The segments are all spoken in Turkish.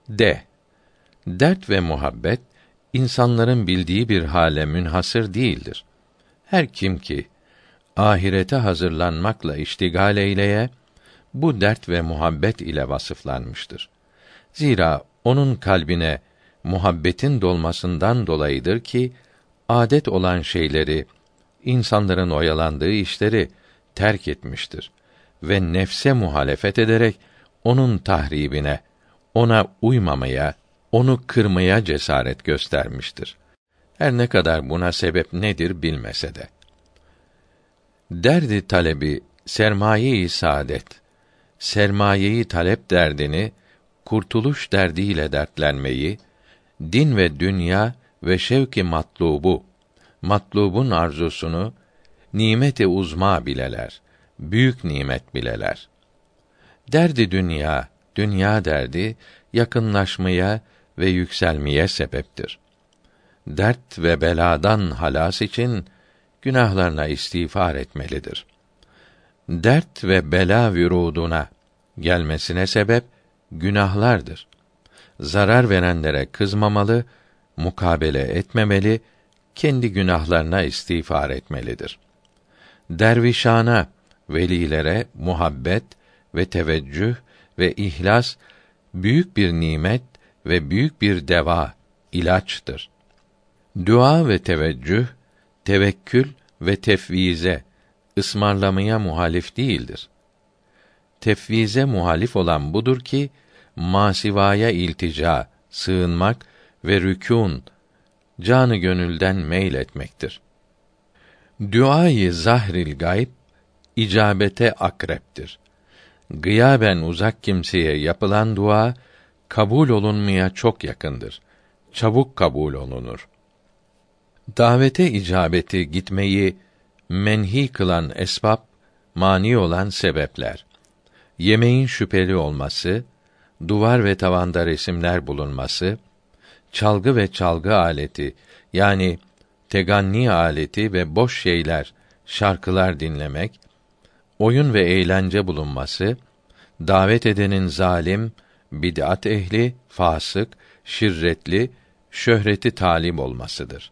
D. Dert ve muhabbet insanların bildiği bir hale münhasır değildir. Her kim ki ahirete hazırlanmakla iştigal eyleye, bu dert ve muhabbet ile vasıflanmıştır. Zira onun kalbine muhabbetin dolmasından dolayıdır ki adet olan şeyleri, insanların oyalandığı işleri terk etmiştir ve nefse muhalefet ederek onun tahribine, ona uymamaya, onu kırmaya cesaret göstermiştir. Her ne kadar buna sebep nedir bilmese de. Derdi talebi sermaye-i saadet, sermayeyi talep derdini kurtuluş derdiyle dertlenmeyi, din ve dünya ve şevki matlubu, matlubun arzusunu nimet-i uzma bileler, büyük nimet bileler. Derdi dünya, dünya derdi yakınlaşmaya ve yükselmeye sebeptir. Dert ve beladan halas için günahlarına istiğfar etmelidir. Dert ve bela vüruduna gelmesine sebep günahlardır. Zarar verenlere kızmamalı, mukabele etmemeli, kendi günahlarına istiğfar etmelidir. Dervişana, velilere muhabbet ve teveccüh ve ihlas büyük bir nimet ve büyük bir deva, ilaçtır. Dua ve teveccüh, tevekkül ve tefvize, ısmarlamaya muhalif değildir. Tefvize muhalif olan budur ki, masivaya iltica, sığınmak ve rükûn, canı gönülden meyletmektir. Duayı zahril gayb, icabete akreptir. Gıyaben uzak kimseye yapılan dua, kabul olunmaya çok yakındır. Çabuk kabul olunur. Davete icabeti gitmeyi menhi kılan esbab, mani olan sebepler. Yemeğin şüpheli olması, duvar ve tavanda resimler bulunması, çalgı ve çalgı aleti yani teganni aleti ve boş şeyler, şarkılar dinlemek, oyun ve eğlence bulunması, davet edenin zalim, bid'at ehli, fasık, şirretli, şöhreti talip olmasıdır.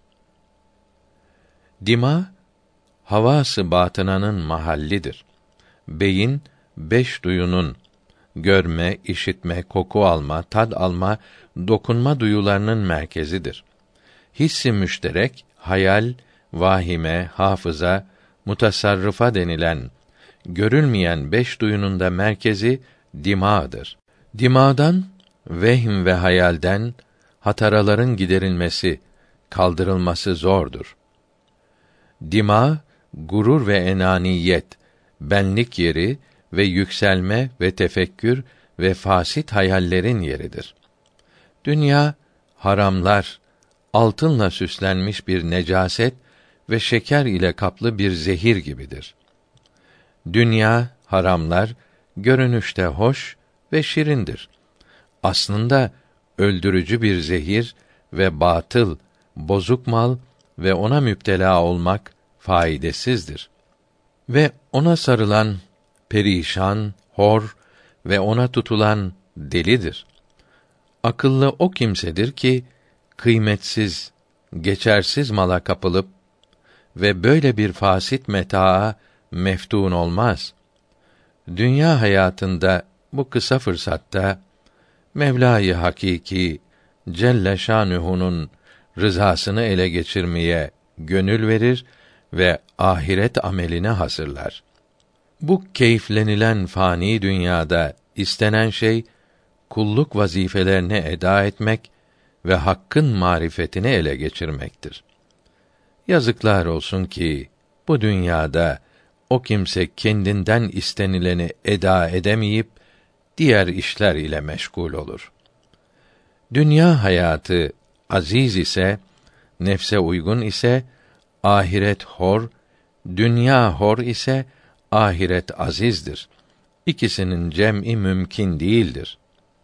Dima, havası batınanın mahallidir. Beyin, beş duyunun, görme, işitme, koku alma, tad alma, dokunma duyularının merkezidir. Hissi müşterek, hayal, vahime, hafıza, mutasarrıfa denilen, görülmeyen beş duyunun da merkezi dimağdır. Dimağdan, vehm ve hayalden, hataraların giderilmesi, kaldırılması zordur. Dimağ, gurur ve enaniyet, benlik yeri ve yükselme ve tefekkür ve fasit hayallerin yeridir. Dünya, haramlar, altınla süslenmiş bir necaset ve şeker ile kaplı bir zehir gibidir. Dünya, haramlar, görünüşte hoş ve şirindir. Aslında öldürücü bir zehir ve batıl, bozuk mal ve ona müptela olmak faydasızdır. Ve ona sarılan perişan, hor ve ona tutulan delidir. Akıllı o kimsedir ki kıymetsiz, geçersiz mala kapılıp ve böyle bir fasit metaa meftun olmaz. Dünya hayatında bu kısa fırsatta Mevla-i Hakiki Celle Şanuhu'nun rızasını ele geçirmeye gönül verir ve ahiret ameline hazırlar. Bu keyiflenilen fani dünyada istenen şey kulluk vazifelerini eda etmek ve hakkın marifetini ele geçirmektir. Yazıklar olsun ki bu dünyada o kimse kendinden istenileni eda edemeyip diğer işler ile meşgul olur. Dünya hayatı aziz ise, nefse uygun ise ahiret hor, dünya hor ise ahiret azizdir. İkisinin cem'i mümkün değildir.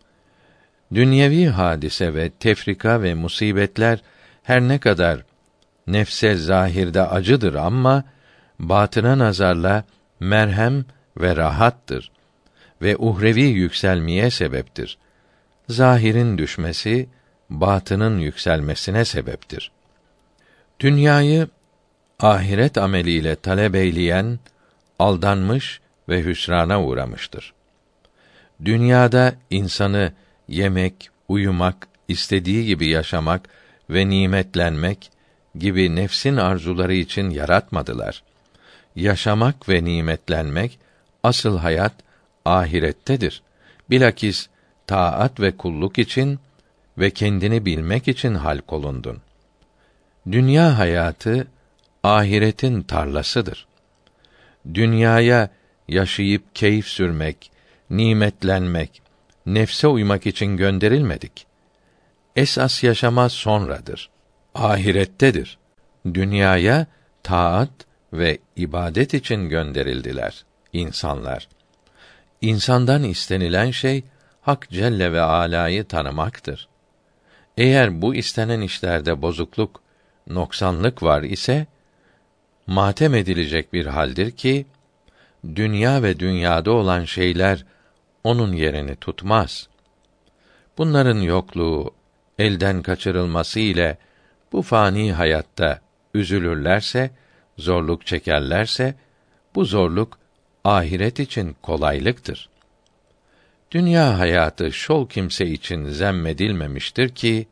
Dünyevi hadise ve tefrika ve musibetler her ne kadar nefse zahirde acıdır ama batına nazarla merhem ve rahattır ve uhrevi yükselmeye sebeptir. zahirin düşmesi, batının yükselmesine sebeptir. Dünyayı ahiret ameliyle talep eyleyen, aldanmış ve hüsrana uğramıştır. Dünyada insanı yemek, uyumak, istediği gibi yaşamak ve nimetlenmek gibi nefsin arzuları için yaratmadılar. Yaşamak ve nimetlenmek, asıl hayat ahirettedir. Bilakis taat ve kulluk için ve kendini bilmek için halk olundun. Dünya hayatı ahiretin tarlasıdır. Dünyaya yaşayıp keyif sürmek, nimetlenmek, nefse uymak için gönderilmedik. Esas yaşama sonradır. Ahirettedir. Dünyaya taat ve ibadet için gönderildiler insanlar. İnsandan istenilen şey Hak Celle ve Alâ'yı tanımaktır. Eğer bu istenen işlerde bozukluk, noksanlık var ise matem edilecek bir haldir ki dünya ve dünyada olan şeyler onun yerini tutmaz. Bunların yokluğu, elden kaçırılması ile bu fani hayatta üzülürlerse, zorluk çekerlerse, bu zorluk ahiret için kolaylıktır. Dünya hayatı şol kimse için zemmedilmemiştir ki,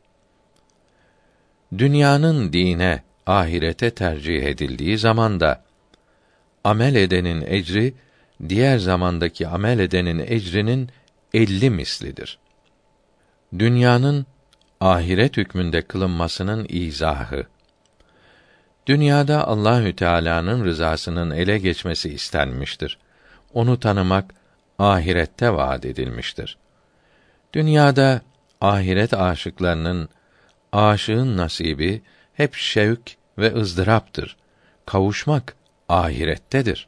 dünyanın dine, ahirete tercih edildiği zamanda, amel edenin ecri, diğer zamandaki amel edenin ecrinin 50 mislidir. Dünyanın ahiret hükmünde kılınmasının izahı. Dünyada Allahü Teala'nın rızasının ele geçmesi istenmiştir. Onu tanımak ahirette vaad edilmiştir. Dünyada ahiret aşıklarının, aşığın nasibi hep şevk ve ızdıraptır. Kavuşmak ahirettedir.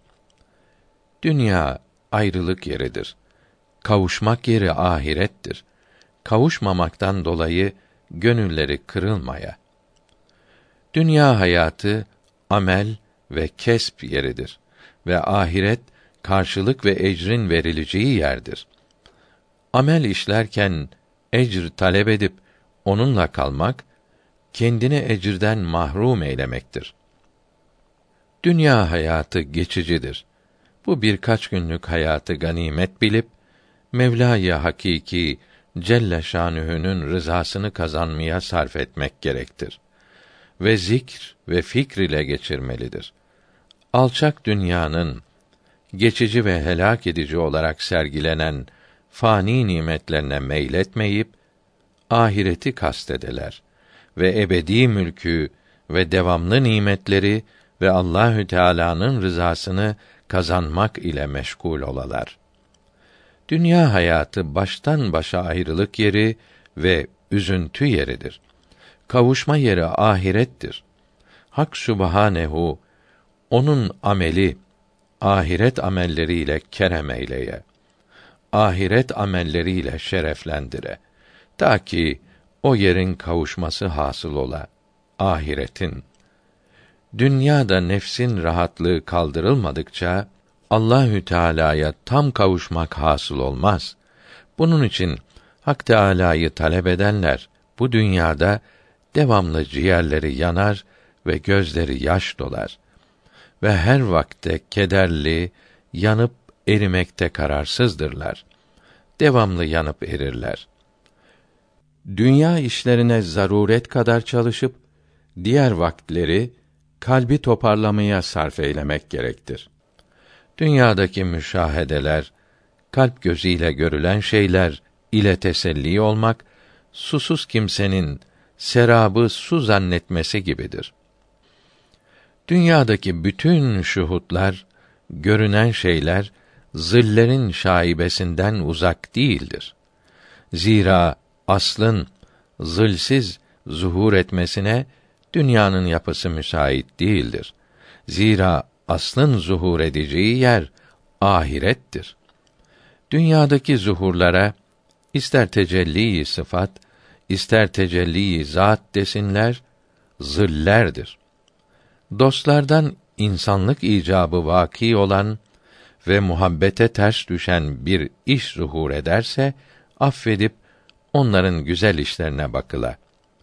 Dünya ayrılık yeridir. Kavuşmak yeri ahirettir. Kavuşmamaktan dolayı gönülleri kırılmaya. Dünya hayatı amel ve kesb yeridir ve ahiret karşılık ve ecrin verileceği yerdir. Amel işlerken ecr talep edip onunla kalmak, kendini ecirden mahrum eylemektir. Dünya hayatı geçicidir. Bu birkaç günlük hayatı ganimet bilip, Mevla-i Hakiki Celle Şanühü'nün rızasını kazanmaya sarf etmek gerektir. Ve zikr ve fikr ile geçirmelidir. Alçak dünyanın, geçici ve helak edici olarak sergilenen fani nimetlerine meyletmeyip, ahireti kastedeler ve ebedi mülkü ve devamlı nimetleri ve Allahü Teala'nın rızasını kazanmak ile meşgul olalar. Dünya hayatı baştan başa ayrılık yeri ve üzüntü yeridir. Kavuşma yeri ahirettir. Hak Sübhanehu onun ameli ahiret amelleriyle kerem eyleye. Ahiret amelleriyle şereflendire. Ta ki o yerin kavuşması hasıl ola. Ahiretin. Dünyada nefsin rahatlığı kaldırılmadıkça Allahü Teala'ya tam kavuşmak hasıl olmaz. Bunun için Hak Teala'yı talep edenler bu dünyada devamlı ciğerleri yanar ve gözleri yaş dolar ve her vakte kederli, yanıp erimekte kararsızdırlar. Devamlı yanıp erirler. Dünya işlerine zaruret kadar çalışıp diğer vakitleri kalbi toparlamaya sarf eylemek gerektir. Dünyadaki müşahedeler, kalp gözüyle görülen şeyler ile teselli olmak, susuz kimsenin serabı su zannetmesi gibidir. Dünyadaki bütün şuhutlar, görünen şeyler, zillerin şaibesinden uzak değildir. Zira aslın zilsiz zuhur etmesine dünyanın yapısı müsait değildir. Zira aslın zuhur edeceği yer ahirettir. Dünyadaki zuhurlara ister tecelli-i sıfat, ister tecelli-i zat desinler, zillerdir. Dostlardan insanlık icabı vaki olan ve muhabbete ters düşen bir iş zuhur ederse, affedip onların güzel işlerine bakıla.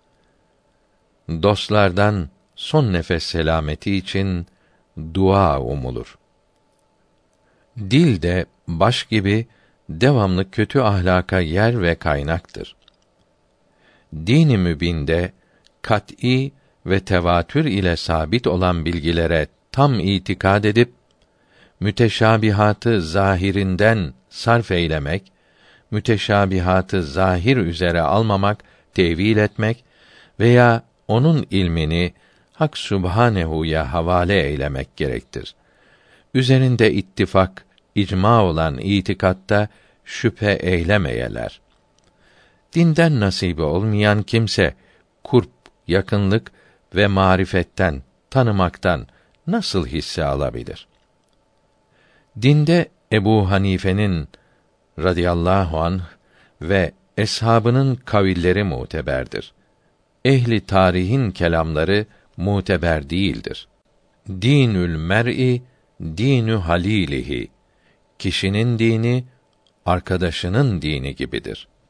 Dostlardan son nefes selameti için dua umulur. Dil de baş gibi devamlı kötü ahlaka yer ve kaynaktır. Din-i mübinde kat'î ve tevatür ile sabit olan bilgilere tam itikad edip müteşabihatı zahirinden sarf eylemek, müteşabihatı zahir üzere almamak, tevil etmek veya onun ilmini Hak Sübhanehu'ya havale eylemek gerektir. Üzerinde ittifak, icma olan itikatta şüphe eylemeyeler. Dinden nasibi olmayan kimse kurp, yakınlık ve marifetten, tanımaktan nasıl hisse alabilir? Dinde Ebu Hanife'nin radıyallahu anh ve eshabının kavilleri muteberdir. Ehli tarihin kelamları muteber değildir. Dinül mer'i dinü halilihi. Kişinin dini arkadaşının dini gibidir.